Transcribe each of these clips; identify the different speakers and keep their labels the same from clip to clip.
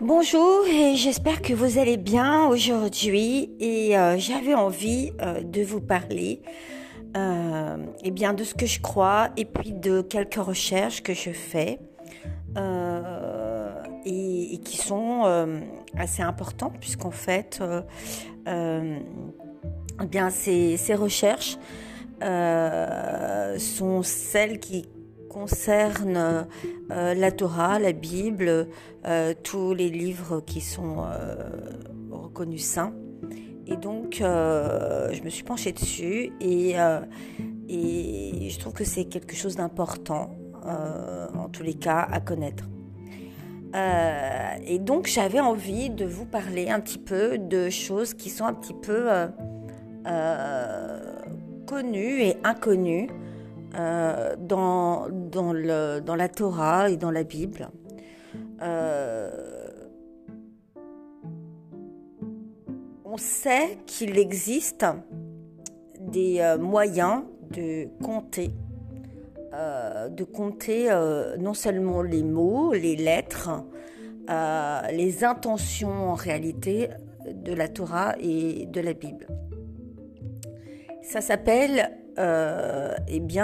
Speaker 1: Bonjour et j'espère que vous allez bien aujourd'hui et j'avais envie de vous parler de ce que je crois et puis de quelques recherches que je fais et qui sont assez importantes puisqu'en fait ces recherches sont celles qui concernent la Torah, la Bible, tous les livres qui sont reconnus saints. Et donc, je me suis penchée dessus et je trouve que c'est quelque chose d'important, en tous les cas, à connaître. Et donc, j'avais envie de vous parler un petit peu de choses qui sont un petit peu connues et inconnues dans la Torah et dans la Bible. On sait qu'il existe des moyens de compter non seulement les mots, les lettres, les intentions en réalité de la Torah et de la Bible. Ça s'appelle la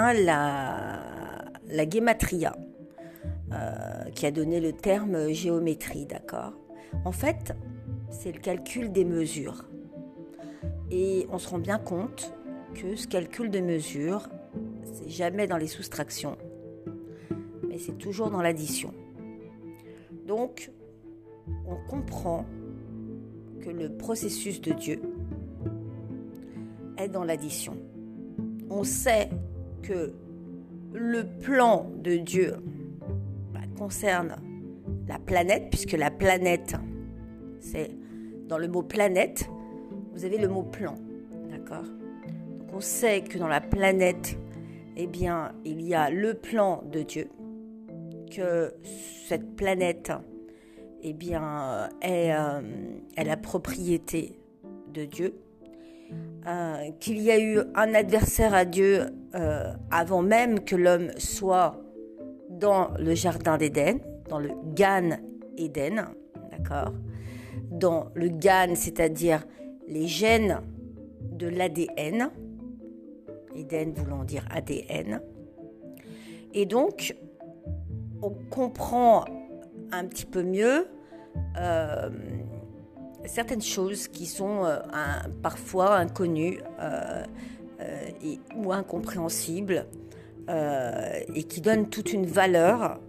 Speaker 1: guématria, qui a donné le terme géométrie, d'accord ? En fait, c'est le calcul des mesures. Et on se rend bien compte que ce calcul de mesures, c'est jamais dans les soustractions, mais c'est toujours dans l'addition. Donc, on comprend que le processus de Dieu est dans l'addition. On sait que le plan de Dieu concerne la planète, puisque la planète, c'est dans le mot planète, vous avez le mot plan, d'accord ? Donc on sait que dans la planète, il y a le plan de Dieu, que cette planète, est la propriété de Dieu, qu'il y a eu un adversaire à Dieu avant même que l'homme soit dans le jardin d'Éden, dans le Gan Éden, d'accord ? Dans le Gan, c'est-à-dire les gènes de l'ADN, Éden voulant dire ADN. Et donc, on comprend un petit peu mieux certaines choses qui sont parfois inconnues ou incompréhensibles, et qui donnent toute une valeur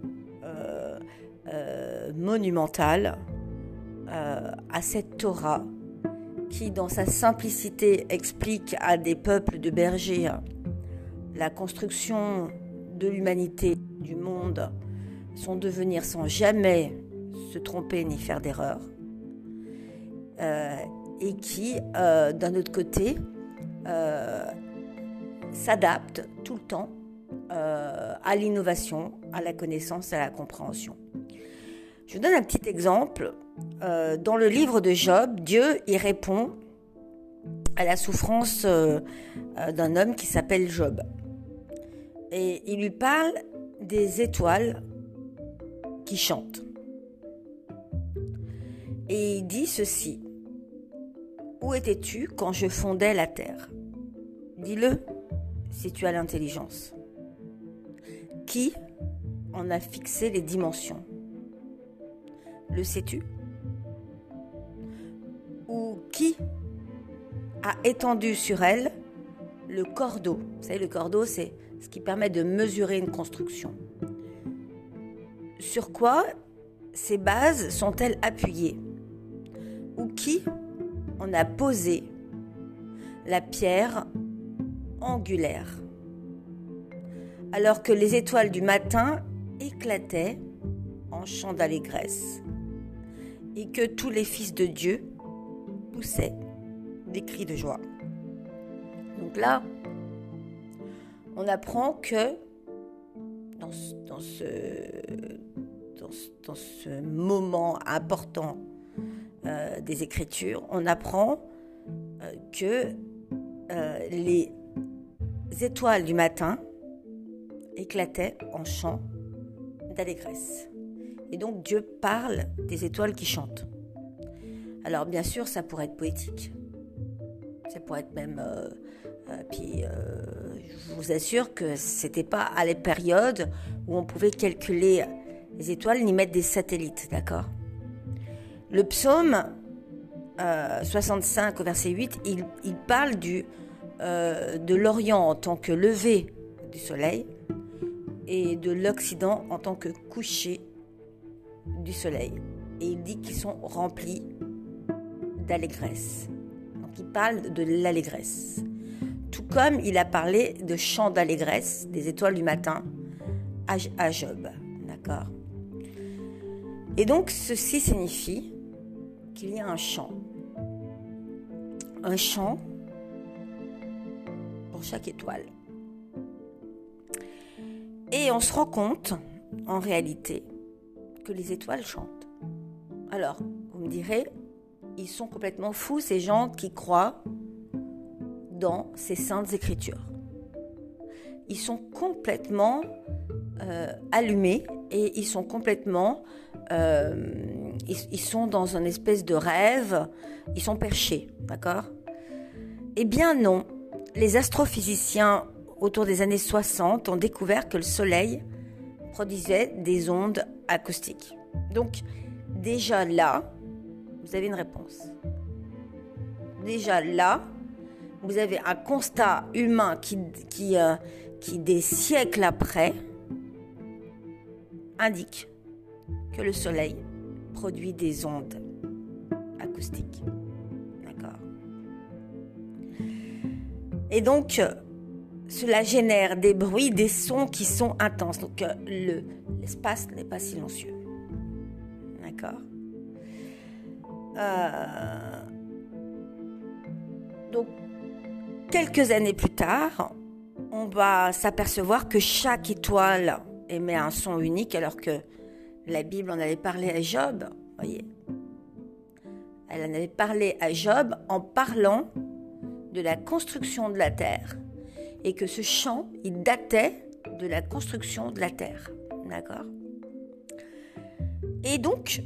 Speaker 1: monumentale à cette Torah qui, dans sa simplicité, explique à des peuples de bergers la construction de l'humanité, du monde, son devenir sans jamais se tromper ni faire d'erreur, et qui, d'un autre côté, s'adapte tout le temps à l'innovation, à la connaissance, à la compréhension. Je vous donne un petit exemple. Dans le livre de Job, Dieu y répond à la souffrance d'un homme qui s'appelle Job. Et il lui parle des étoiles qui chantent. Et il dit ceci: « Où étais-tu quand je fondais la terre ? Dis-le si tu as l'intelligence. Qui en a fixé les dimensions ? Le sais-tu ? Ou qui a étendu sur elle le cordeau ? » Vous savez, le cordeau, c'est ce qui permet de mesurer une construction. Sur quoi ces bases sont-elles appuyées ? Ou qui en a posé la pierre angulaire ? Alors que les étoiles du matin éclataient en chants d'allégresse et que tous les fils de Dieu poussaient des cris de joie. Donc là, on apprend que dans ce moment important des Écritures, on apprend que les étoiles du matin éclataient en chants d'allégresse Et donc Dieu parle des étoiles qui chantent. Alors bien sûr, ça pourrait être poétique. Ça pourrait être même... je vous assure que c'était pas à la période où on pouvait calculer les étoiles ni mettre des satellites, d'accord ? Le psaume 65 au verset 8, il parle de l'Orient en tant que lever du soleil et de l'Occident en tant que coucher du soleil. Et il dit qu'ils sont remplis d'allégresse. Donc il parle de l'allégresse. Tout comme il a parlé de chants d'allégresse, des étoiles du matin, à Job. D'accord ? Et donc ceci signifie qu'il y a un chant. Un chant pour chaque étoile. Et on se rend compte, en réalité, que les étoiles chantent. Alors, vous me direz, ils sont complètement fous, ces gens qui croient dans ces saintes écritures. Ils sont complètement allumés et ils sont complètement... ils sont dans une espèce de rêve, ils sont perchés, d'accord ? Eh bien non, les astrophysiciens autour des années 60 ont découvert que le Soleil produisait des ondes acoustiques. Donc déjà là, vous avez une réponse. Déjà là, vous avez un constat humain qui des siècles après, indique que le Soleil produit des ondes acoustiques. D'accord ? Et donc, cela génère des bruits, des sons qui sont intenses. Donc, l'espace n'est pas silencieux. D'accord ? Donc, quelques années plus tard, on va s'apercevoir que chaque étoile émet un son unique, alors que la Bible en avait parlé à Job, voyez. Elle en avait parlé à Job en parlant de la construction de la terre et que ce chant, il datait de la construction de la terre. D'accord ? Et donc,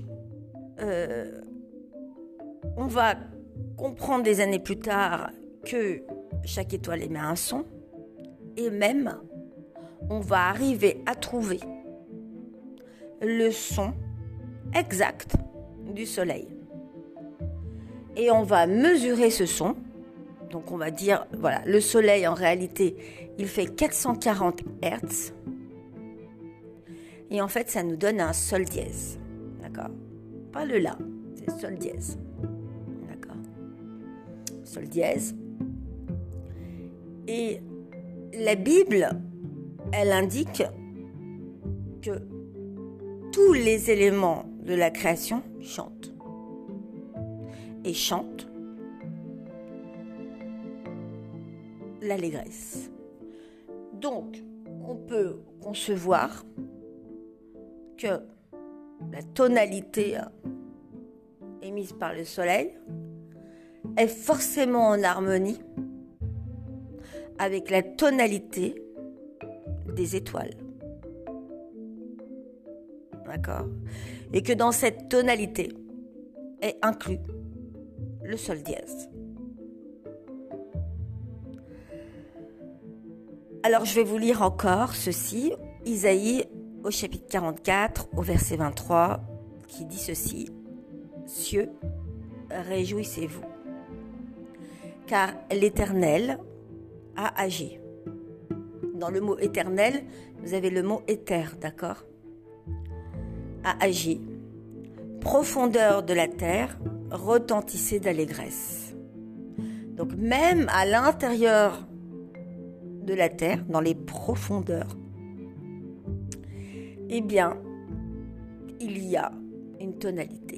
Speaker 1: on va comprendre des années plus tard que chaque étoile émet un son et même on va arriver à trouver le son exact du soleil. Et on va mesurer ce son. Donc on va dire, voilà, le soleil en réalité, il fait 440 Hertz. Et en fait, ça nous donne un sol dièse. D'accord ? Pas le la, c'est sol dièse. D'accord ? Sol dièse. Et la Bible, elle indique que tous les éléments de la création chantent. Et chantent l'allégresse. Donc, on peut concevoir que la tonalité émise par le soleil est forcément en harmonie avec la tonalité des étoiles. D'accord ? Et que dans cette tonalité est inclus le sol dièse. Alors je vais vous lire encore ceci, Isaïe au chapitre 44 au verset 23 qui dit ceci: Cieux, réjouissez-vous, car l'Éternel a agi. Dans le mot éternel, vous avez le mot éther, d'accord ? A agi. Profondeur de la terre, retentissez d'allégresse. Donc même à l'intérieur de la terre, dans les profondeurs, eh bien, il y a une tonalité.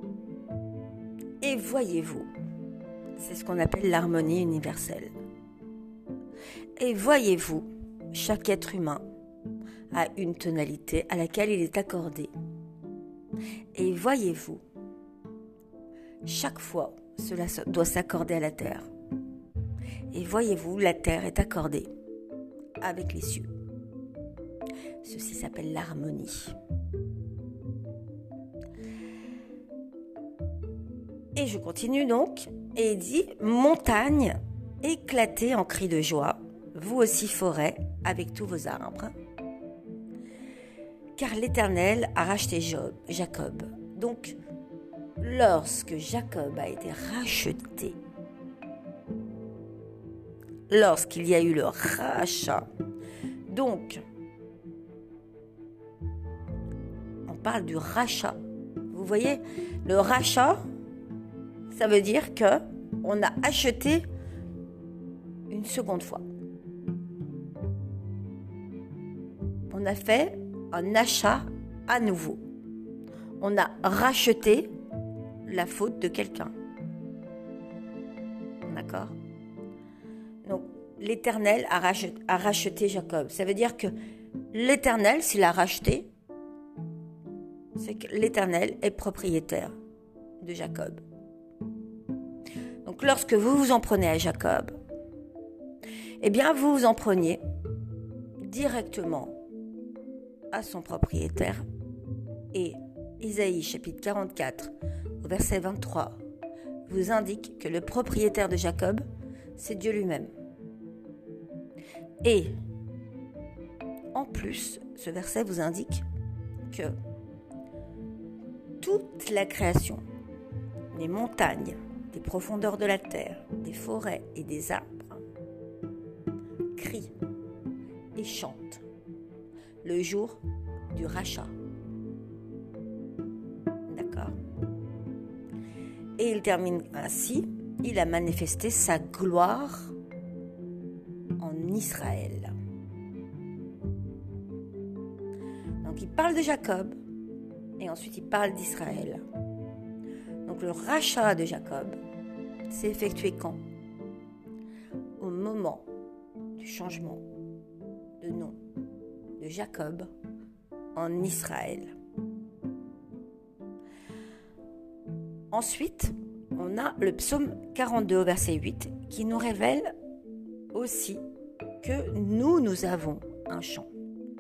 Speaker 1: Et voyez-vous, c'est ce qu'on appelle l'harmonie universelle. Et voyez-vous, chaque être humain a une tonalité à laquelle il est accordé. Et voyez-vous, chaque fois, cela doit s'accorder à la terre. Et voyez-vous, la terre est accordée avec les cieux. Ceci s'appelle l'harmonie. Et je continue donc, et il dit « Montagne, éclatez en cris de joie, vous aussi forêt, avec tous vos arbres. Car l'Éternel a racheté Jacob. » Donc, lorsque Jacob a été racheté, lorsqu'il y a eu le rachat, donc, on parle du rachat. Vous voyez, le rachat, ça veut dire que on a acheté une seconde fois. On a fait un achat à nouveau. On a racheté la faute de quelqu'un. D'accord ? Donc, l'Éternel a racheté Jacob. Ça veut dire que l'Éternel, s'il a racheté, c'est que l'Éternel est propriétaire de Jacob. Donc, lorsque vous vous en prenez à Jacob, eh bien, vous vous en preniez directement à son propriétaire. Et Isaïe, chapitre 44, au verset 23, vous indique que le propriétaire de Jacob, c'est Dieu lui-même. Et, en plus, ce verset vous indique que toute la création, les montagnes, des profondeurs de la terre, des forêts et des arbres, crient et chantent le jour du rachat. D'accord ? Et il termine ainsi, il a manifesté sa gloire en Israël. Donc il parle de Jacob et ensuite il parle d'Israël. Donc le rachat de Jacob s'est effectué quand ? Au moment du changement de nom de Jacob en Israël. Ensuite, on a le psaume 42 au verset 8 qui nous révèle aussi que nous avons un chant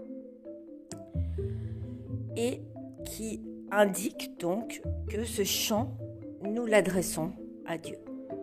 Speaker 1: et qui indique donc que ce chant, nous l'adressons à Dieu.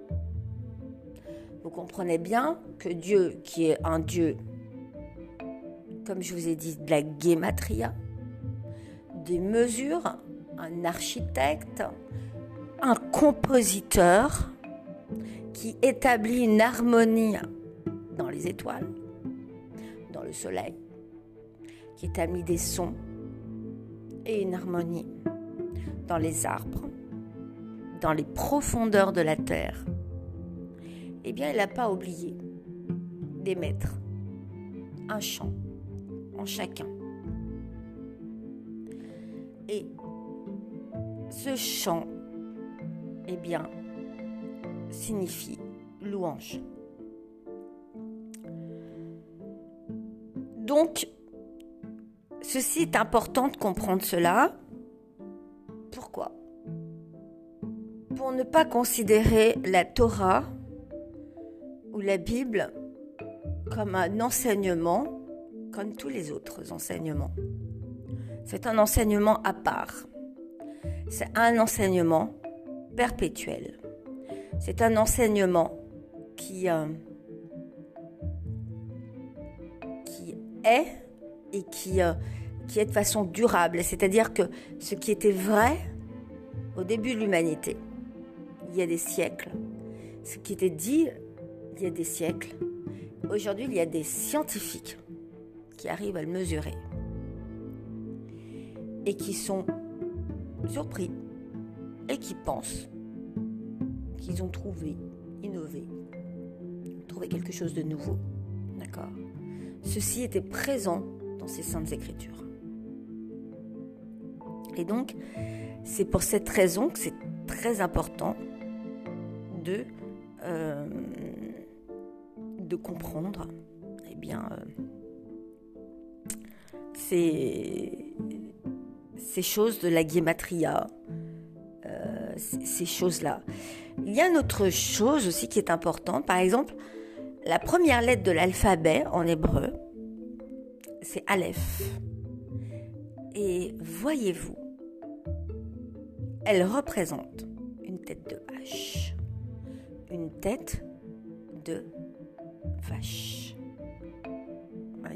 Speaker 1: Vous comprenez bien que Dieu, qui est un Dieu, comme je vous ai dit, de la guématria, des mesures, un architecte, un compositeur qui établit une harmonie dans les étoiles, dans le soleil, qui établit des sons et une harmonie dans les arbres, dans les profondeurs de la terre. Eh bien, il n'a pas oublié d'émettre un chant en chacun. Et ce chant, eh bien, signifie louange. Donc, ceci est important de comprendre cela. Pourquoi ? Pour ne pas considérer la Torah ou la Bible comme un enseignement comme tous les autres enseignements. C'est un enseignement à part. C'est un enseignement perpétuel. C'est un enseignement qui est et qui est de façon durable. C'est-à-dire que ce qui était vrai au début de l'humanité, il y a des siècles, ce qui était dit il y a des siècles, aujourd'hui il y a des scientifiques qui arrivent à le mesurer et qui sont surpris et qui pensent qu'ils ont innové, trouvé quelque chose de nouveau. D'accord ? Ceci était présent dans ces saintes écritures. Et donc, c'est pour cette raison que c'est très important de comprendre, eh bien, ces choses de la guématria, ces choses-là. Il y a une autre chose aussi qui est importante. Par exemple, la première lettre de l'alphabet en hébreu, c'est Aleph. Et voyez-vous, elle représente une tête de vache. Une tête de vache. Vous voyez ?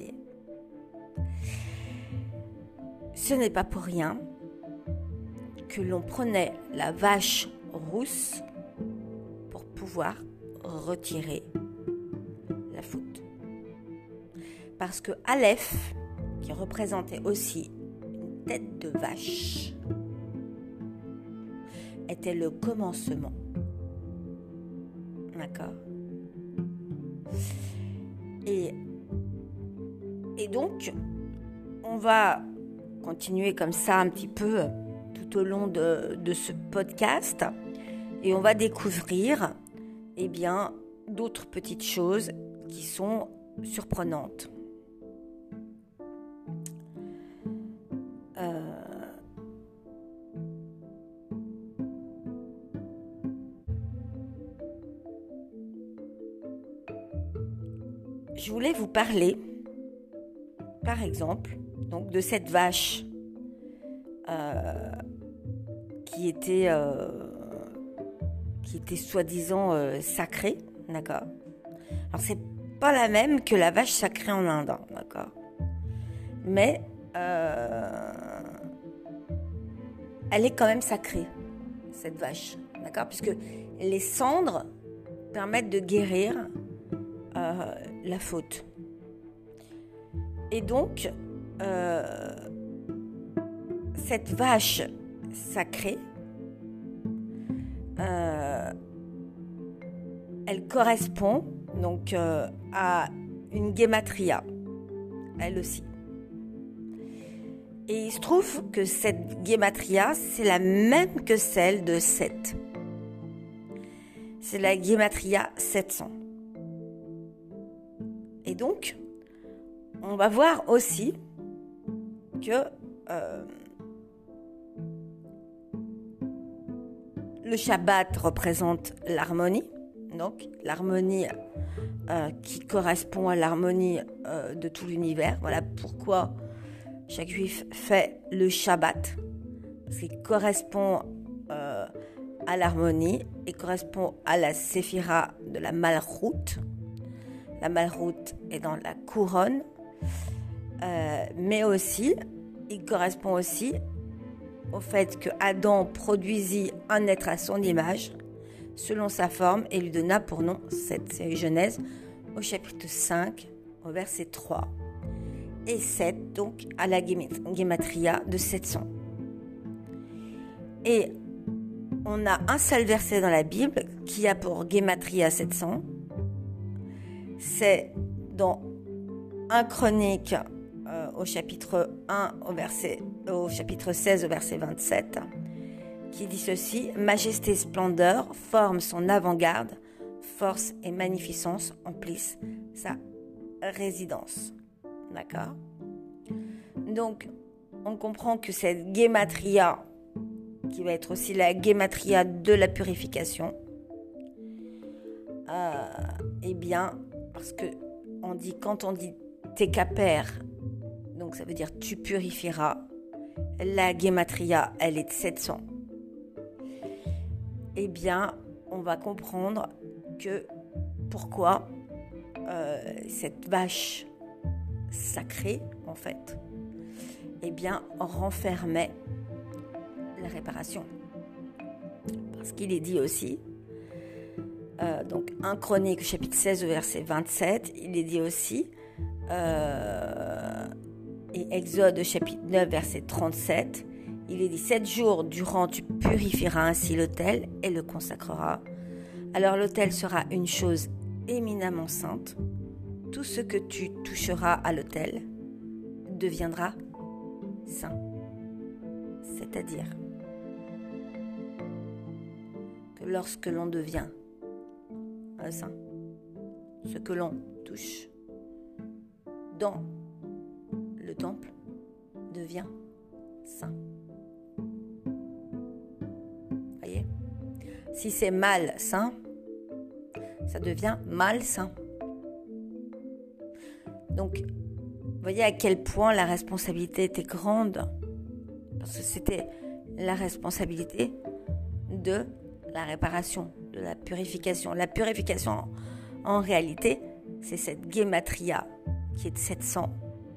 Speaker 1: Ce n'est pas pour rien que l'on prenait la vache rousse pour pouvoir retirer la faute. Parce que Aleph, qui représentait aussi une tête de vache, était le commencement. D'accord ? Et donc, on va continuer comme ça un petit peu tout au long de ce podcast et on va découvrir d'autres petites choses qui sont surprenantes. Je voulais vous parler, par exemple, donc de cette vache qui était soi-disant sacrée, d'accord ? Alors c'est pas la même que la vache sacrée en Inde, d'accord ? Mais elle est quand même sacrée, cette vache, d'accord ? Puisque les cendres permettent de guérir la faute. Et donc, cette vache sacrée, elle correspond donc à une guématria, elle aussi. Et il se trouve que cette guématria, c'est la même que celle de 7. C'est la guématria 700. Et donc, on va voir aussi que le Shabbat représente l'harmonie, donc l'harmonie qui correspond à l'harmonie de tout l'univers. Voilà pourquoi chaque juif fait le Shabbat, parce qu'il correspond à l'harmonie et correspond à la séphira de la Malchut. La Malchut est dans la couronne, mais aussi, il correspond aussi au fait que Adam produisit un être à son image, selon sa forme, et lui donna pour nom Seth. C'est Genèse au chapitre 5, au verset 3. Et 7, donc, à la Gematria de 700. Et on a un seul verset dans la Bible qui a pour Gematria 700. C'est dans 1 Chronique au chapitre 1 au chapitre 16 au verset 27 qui dit ceci: Majesté et splendeur forment son avant-garde, force et magnificence emplissent sa résidence. D'accord ? Donc, on comprend que cette guématria, qui va être aussi la guématria de la purification, parce que quand on dit Tekaper, donc ça veut dire tu purifieras, la guématria, elle est de 700. On va comprendre que pourquoi cette vache sacrée, en fait, renfermait la réparation. Parce qu'il est dit aussi, donc 1 Chronique, chapitre 16, verset 27, il est dit aussi, et Exode, chapitre 9, verset 37, il est dit 7 jours durant tu purifieras ainsi l'autel et le consacreras. Alors l'autel sera une chose éminemment sainte. Tout ce que tu toucheras à l'autel deviendra saint. C'est-à-dire que lorsque l'on devient un saint, ce que l'on touche dans le temple devient saint. Voyez ? Si c'est malsain, ça devient malsain. Donc, vous voyez à quel point la responsabilité était grande, parce que c'était la responsabilité de la réparation, de la purification. La purification, en réalité, c'est cette guématria qui est de 700.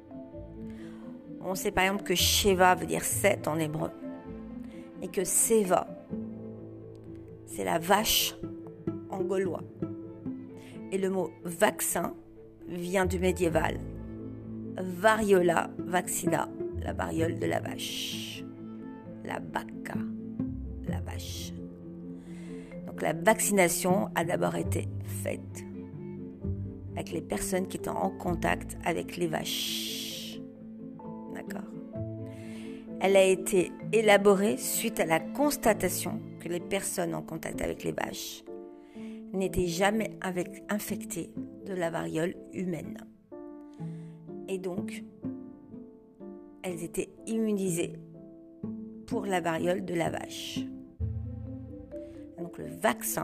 Speaker 1: On sait par exemple que Sheva veut dire 7 en hébreu et que Seva, c'est la vache en gaulois. Et le mot vaccin vient du médiéval. Variola, vaccina, la variole de la vache. La bacca, la vache. Donc la vaccination a d'abord été faite avec les personnes qui étaient en contact avec les vaches. D'accord. Elle a été élaborée suite à la constatation que les personnes en contact avec les vaches n'étaient jamais infectées de la variole humaine. Et donc, elles étaient immunisées pour la variole de la vache. Donc le vaccin,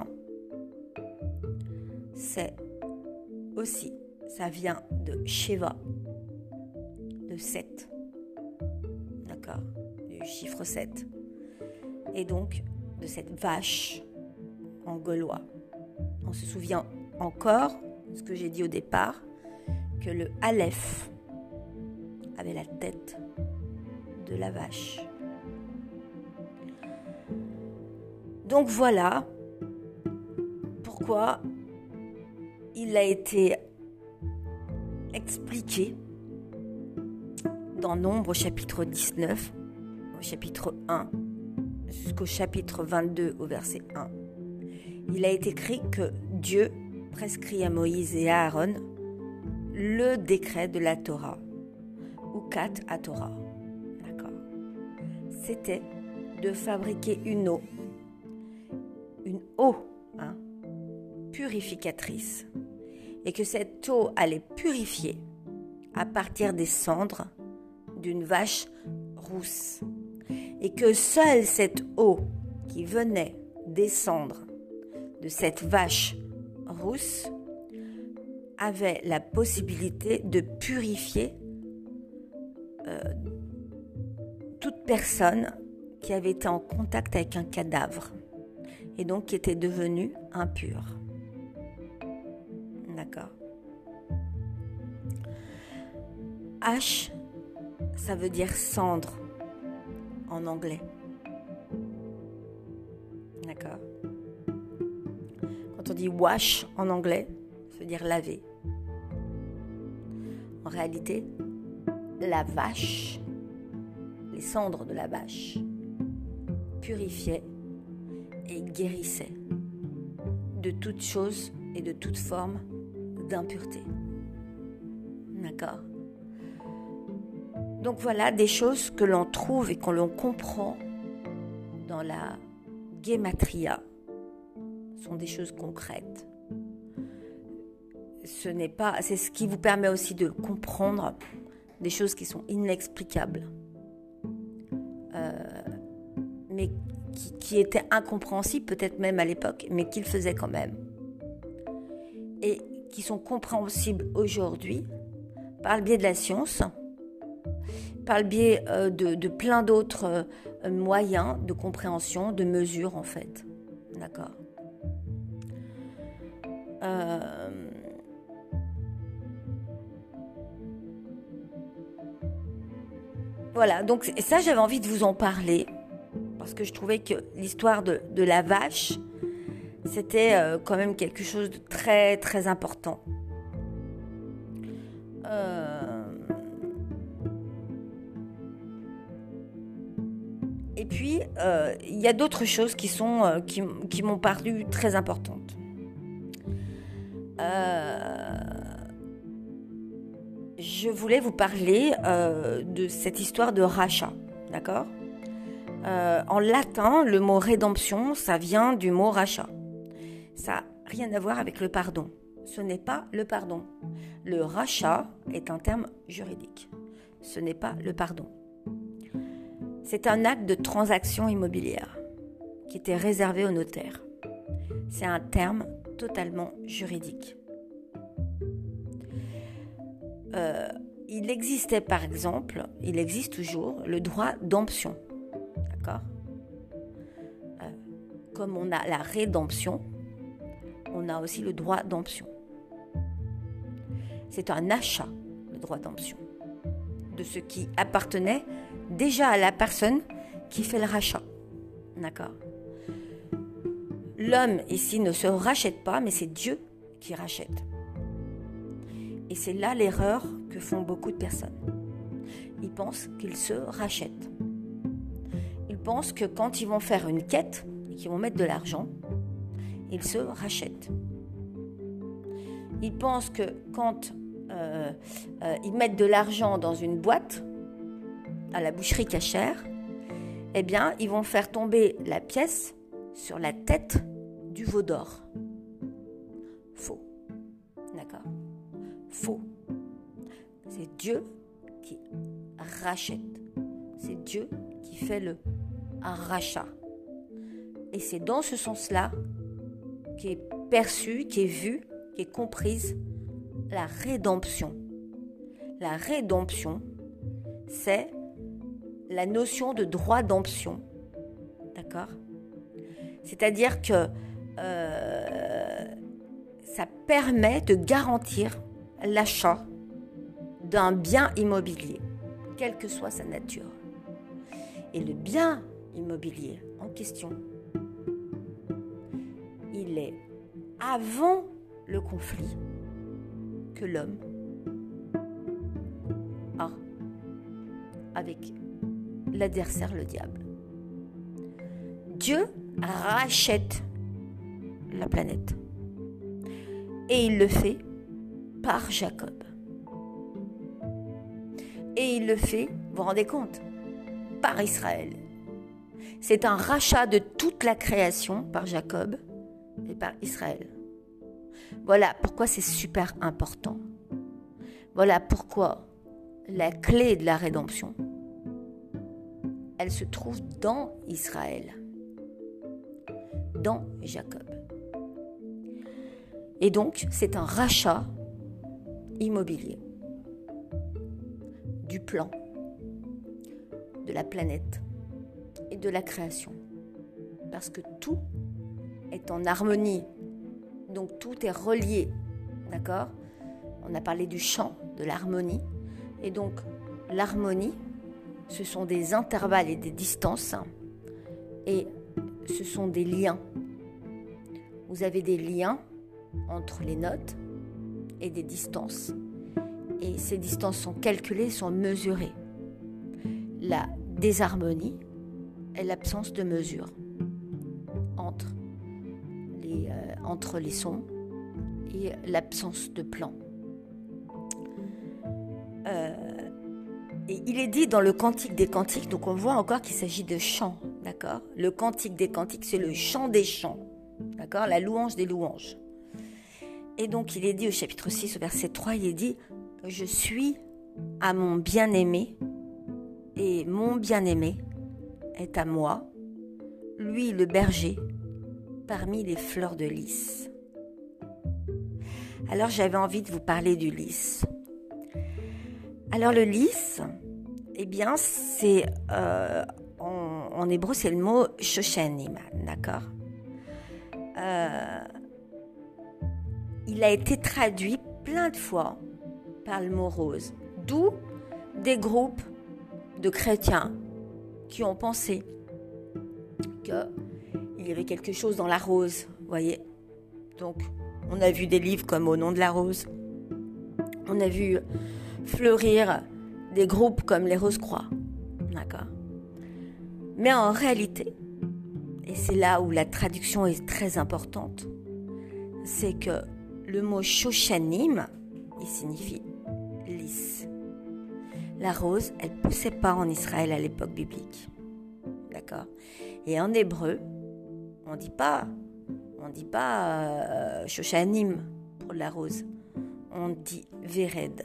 Speaker 1: c'est aussi, ça vient de Sheva, de 7, d'accord, du chiffre 7, et donc de cette vache en gaulois. On se souvient encore, ce que j'ai dit au départ, que le Aleph avait la tête de la vache. Donc voilà pourquoi il a été expliqué dans Nombre au chapitre 19, au chapitre 1, jusqu'au chapitre 22 au verset 1. Il a été écrit que Dieu prescrit à Moïse et à Aaron le décret de la Torah, ou Kat à Torah. D'accord. C'était de fabriquer une eau purificatrice, et que cette eau allait purifier à partir des cendres d'une vache rousse, et que seule cette eau qui venait des cendres de cette vache rousse avait la possibilité de purifier toute personne qui avait été en contact avec un cadavre et donc qui était devenue impure. D'accord. Ash, ça veut dire cendre en anglais. D'accord. Quand on dit wash en anglais, ça veut dire laver. En réalité, la vache, les cendres de la vache, purifiaient et guérissaient de toute chose et de toute forme d'impureté. D'accord ? Donc voilà des choses que l'on trouve et que l'on comprend dans la Gematria. Ce sont des choses concrètes. C'est ce qui vous permet aussi de comprendre des choses qui sont inexplicables, mais qui étaient incompréhensibles peut-être même à l'époque, mais qu'ils faisaient quand même. Et qui sont compréhensibles aujourd'hui par le biais de la science, par le biais de plein d'autres moyens de compréhension, de mesure en fait. D'accord. Voilà, donc ça j'avais envie de vous en parler parce que je trouvais que l'histoire de la vache, c'était quand même quelque chose de très très important. Et puis il y a d'autres choses qui m'ont paru très importantes. Je voulais vous parler de cette histoire de rachat, d'accord ? En latin, le mot rédemption, ça vient du mot rachat. Ça n'a rien à voir avec le pardon. Ce n'est pas le pardon. Le rachat est un terme juridique. Ce n'est pas le pardon. C'est un acte de transaction immobilière qui était réservé au notaire. C'est un terme totalement juridique. Il existait par exemple, il existe toujours, le droit d'emption. D'accord ? comme on a la rédemption, on a aussi le droit d'option. C'est un achat, le droit d'option, de ce qui appartenait déjà à la personne qui fait le rachat. D'accord ? L'homme ici ne se rachète pas, mais c'est Dieu qui rachète. Et c'est là l'erreur que font beaucoup de personnes. Ils pensent qu'ils se rachètent. Ils pensent que quand ils vont faire une quête et qu'ils vont mettre de l'argent, ils se rachètent. Ils pensent que quand ils mettent de l'argent dans une boîte, à la boucherie cachère, eh bien, ils vont faire tomber la pièce sur la tête du veau d'or. Faux. D'accord ? Faux. C'est Dieu qui rachète. C'est Dieu qui fait le rachat. Et c'est dans ce sens-là qu'est perçue, qui est vue, qui est comprise la rédemption. La rédemption, c'est la notion de droit d'option. D'accord ? C'est-à-dire que ça permet de garantir l'achat d'un bien immobilier, quelle que soit sa nature. Et le bien immobilier en question, il est avant le conflit que l'homme a avec l'adversaire, le diable. Dieu rachète la planète. Et il le fait par Jacob. Et il le fait, vous vous rendez compte, par Israël. C'est un rachat de toute la création par Jacob et par Israël. Voilà pourquoi c'est super important. Voilà pourquoi la clé de la rédemption, elle se trouve dans Israël, dans Jacob. Et donc, c'est un rachat immobilier du plan, de la planète et de la création. Parce que tout est en harmonie, donc tout est relié, d'accord ? On a parlé du chant, de l'harmonie, et donc l'harmonie, ce sont des intervalles et des distances, et ce sont des liens. Vous avez des liens entre les notes et des distances. Et ces distances sont calculées, sont mesurées. La désharmonie est l'absence de mesure entre les sons et l'absence de plan. Et il est dit dans le Cantique des Cantiques, donc on voit encore qu'il s'agit de chant, d'accord ? Le Cantique des Cantiques, c'est le chant des chants, d'accord ? La louange des louanges. Et donc il est dit au chapitre 6, au verset 3, il est dit « Je suis à mon bien-aimé, et mon bien-aimé est à moi, lui le berger, parmi les fleurs de lys. » Alors j'avais envie de vous parler du lys. Alors le lys, eh bien c'est en hébreu c'est le mot shoshanim, d'accord ? Il a été traduit plein de fois par le mot rose, d'où des groupes de chrétiens qui ont pensé qu'il y avait quelque chose dans la rose, vous voyez. Donc on a vu des livres comme Au nom de la rose, on a vu fleurir des groupes comme les Rose-Croix, d'accord ? Mais en réalité, et c'est là où la traduction est très importante, c'est que le mot shoshanim, il signifie lys. La rose, elle ne poussait pas en Israël à l'époque biblique, d'accord ? Et en hébreu, on dit pas shoshanim pour la rose, on dit vered.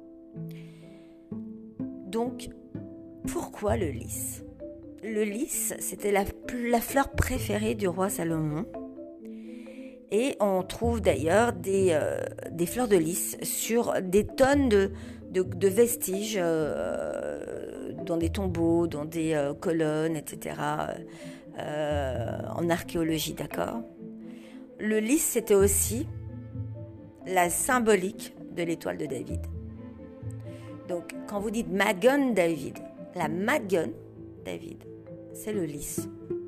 Speaker 1: Donc, pourquoi le lys ? Le lys, c'était la fleur préférée du roi Salomon. Et on trouve d'ailleurs des fleurs de lys sur des tonnes de vestiges dans des tombeaux, dans des colonnes, etc. en archéologie, d'accord? Le lys, c'était aussi la symbolique de l'étoile de David. Donc, quand vous dites Magen David, la Magen David, c'est le lys.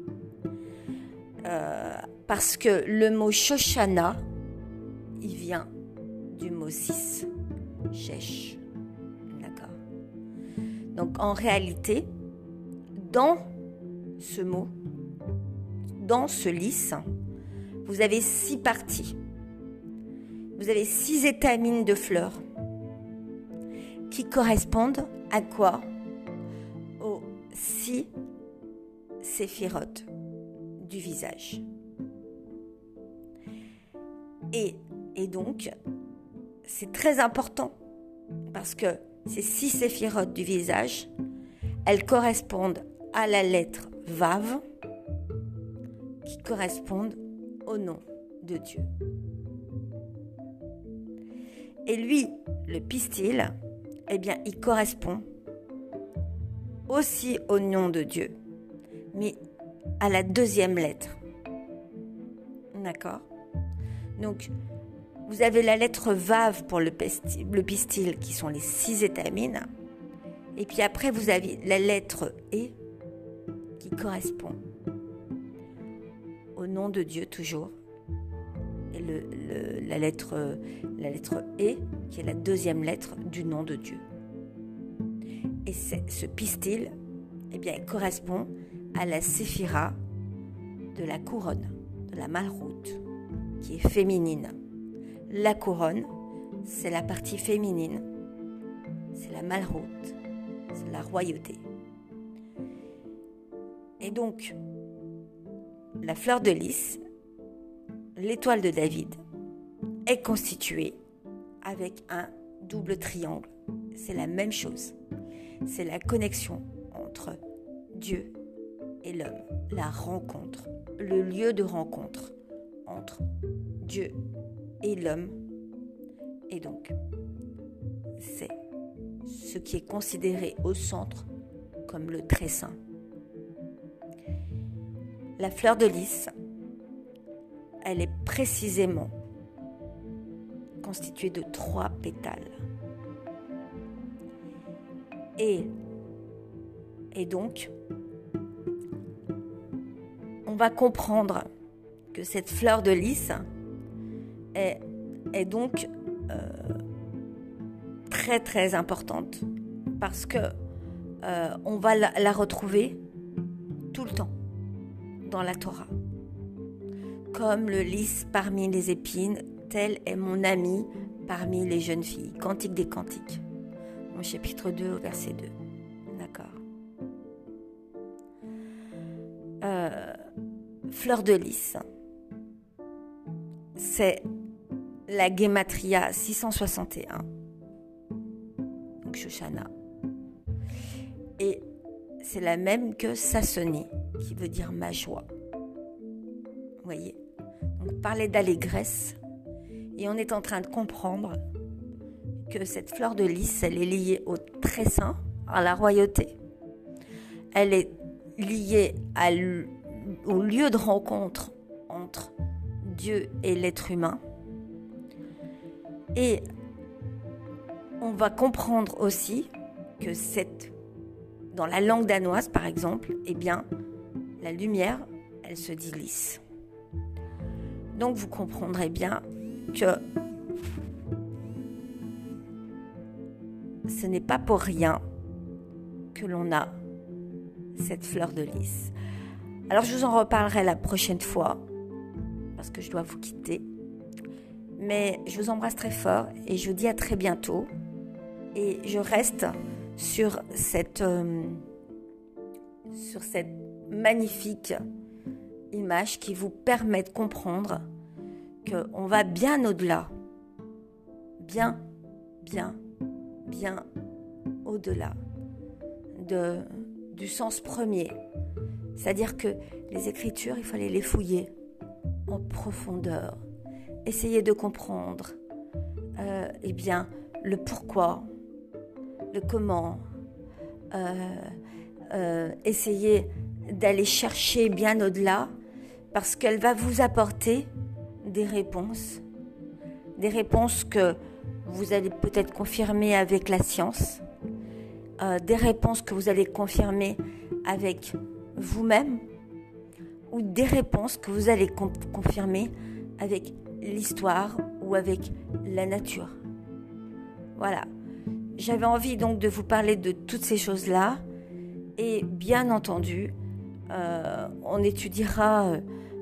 Speaker 1: Parce que le mot Shoshana, il vient du mot 6, Shesh. D'accord. Donc, en réalité, dans ce mot, dans ce lys, vous avez 6 parties. Vous avez 6 étamines de fleurs qui correspondent à quoi? Aux 6 séphirotes du visage. Et donc, c'est très important parce que ces 6 séphirotes du visage, elles correspondent à la lettre Vav qui correspondent au nom de Dieu. Et lui, le pistil, eh bien, il correspond aussi au nom de Dieu, mais à la 2e lettre. D'accord? Donc, vous avez la lettre Vav pour le pistil, qui sont les 6 étamines. Et puis après, vous avez la lettre E, qui correspond au nom de Dieu toujours. Et la lettre E, qui est la 2e lettre du nom de Dieu. Et ce pistil, eh bien, il correspond à la séphira de la couronne, de la malroute, qui est féminine. La couronne, c'est la partie féminine, c'est la malroute, c'est la royauté. Et donc, la fleur de lys, l'étoile de David, est constituée avec un double triangle. C'est la même chose. C'est la connexion entre Dieu et l'homme, la rencontre, le lieu de rencontre entre Dieu et l'homme. Et donc, c'est ce qui est considéré au centre comme le très saint. La fleur de lys, elle est précisément constituée de 3 pétales. Et donc, on va comprendre que cette fleur de lys est donc très très importante parce que on va la retrouver tout le temps dans la Torah. Comme le lys parmi les épines, tel est mon ami parmi les jeunes filles. Cantique des cantiques, au chapitre 2 au verset 2. D'accord. Fleur de lys, c'est la Gematria 661, donc Shoshana. Et c'est la même que Sassoni, qui veut dire ma joie. Vous voyez? Donc, on parlait d'allégresse, et on est en train de comprendre que cette fleur de lys, elle est liée au très saint, à la royauté. Elle est liée au lieu de rencontre entre Dieu et l'être humain. Et on va comprendre aussi que dans la langue danoise, par exemple, eh bien, la lumière, elle se dit lys. Donc vous comprendrez bien que ce n'est pas pour rien que l'on a cette fleur de lys. Alors je vous en reparlerai la prochaine fois parce que je dois vous quitter. Mais je vous embrasse très fort et je vous dis à très bientôt. Et je reste sur cette magnifique image qui vous permet de comprendre qu'on va bien au-delà. Bien au-delà du sens premier. C'est-à-dire que les Écritures, il fallait les fouiller en profondeur. Essayer de comprendre le pourquoi, le comment. Essayer d'aller chercher bien au-delà, parce qu'elle va vous apporter des réponses que vous allez peut-être confirmer avec la science, des réponses que vous allez confirmer avec vous-même, ou des réponses que vous allez confirmer avec l'histoire ou avec la nature. Voilà. J'avais envie donc de vous parler de toutes ces choses-là, et bien entendu, on étudiera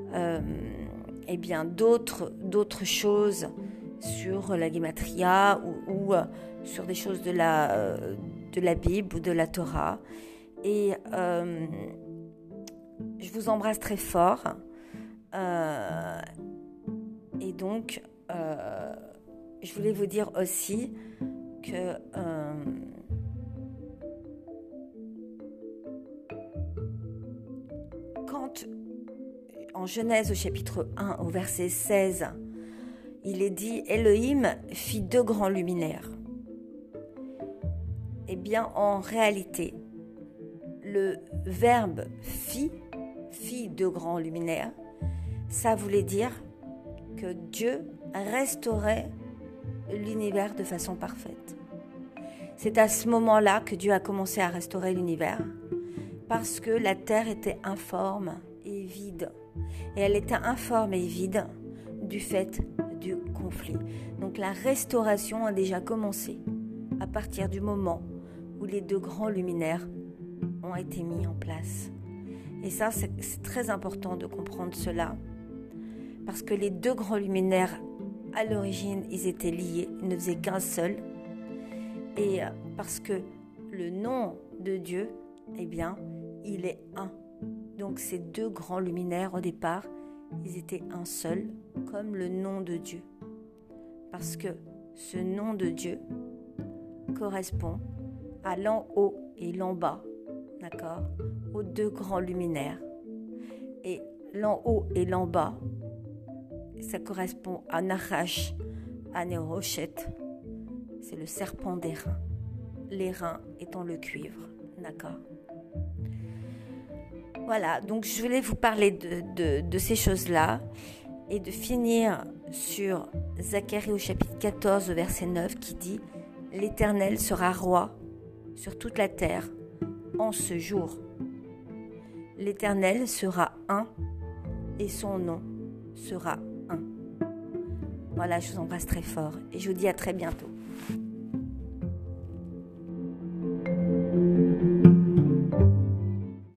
Speaker 1: d'autres choses sur la Gematria ou sur des choses de la Bible ou de la Torah. Et je vous embrasse très fort. Et donc, je voulais vous dire aussi que quand en Genèse au chapitre 1 au verset 16, il est dit « Elohim fit 2 grands luminaires ». Eh bien, en réalité, le verbe « fit » 2 grands luminaires, ça voulait dire que Dieu restaurait l'univers de façon parfaite. C'est à ce moment-là que Dieu a commencé à restaurer l'univers, parce que la terre était informe et vide. Et elle était informe et vide du fait du conflit. Donc la restauration a déjà commencé à partir du moment où les 2 grands luminaires ont été mis en place. Et ça, c'est très important de comprendre cela, parce que les 2 grands luminaires, à l'origine, ils étaient liés, ils ne faisaient qu'un seul. Et parce que le nom de Dieu, eh bien, il est un. Donc ces 2 grands luminaires, au départ, ils étaient un seul, comme le nom de Dieu. Parce que ce nom de Dieu correspond à l'en haut et l'en bas, d'accord, aux 2 grands luminaires. Et l'en haut et l'en bas, ça correspond à Nachash, à Néorochet, c'est le serpent des reins, les reins étant le cuivre, d'accord. Voilà, donc je voulais vous parler de ces choses-là et de finir sur Zacharie au chapitre 14, verset 9, qui dit « L'Éternel sera roi sur toute la terre en ce jour. L'Éternel sera un et son nom sera un. » Voilà, je vous embrasse très fort et je vous dis à très bientôt.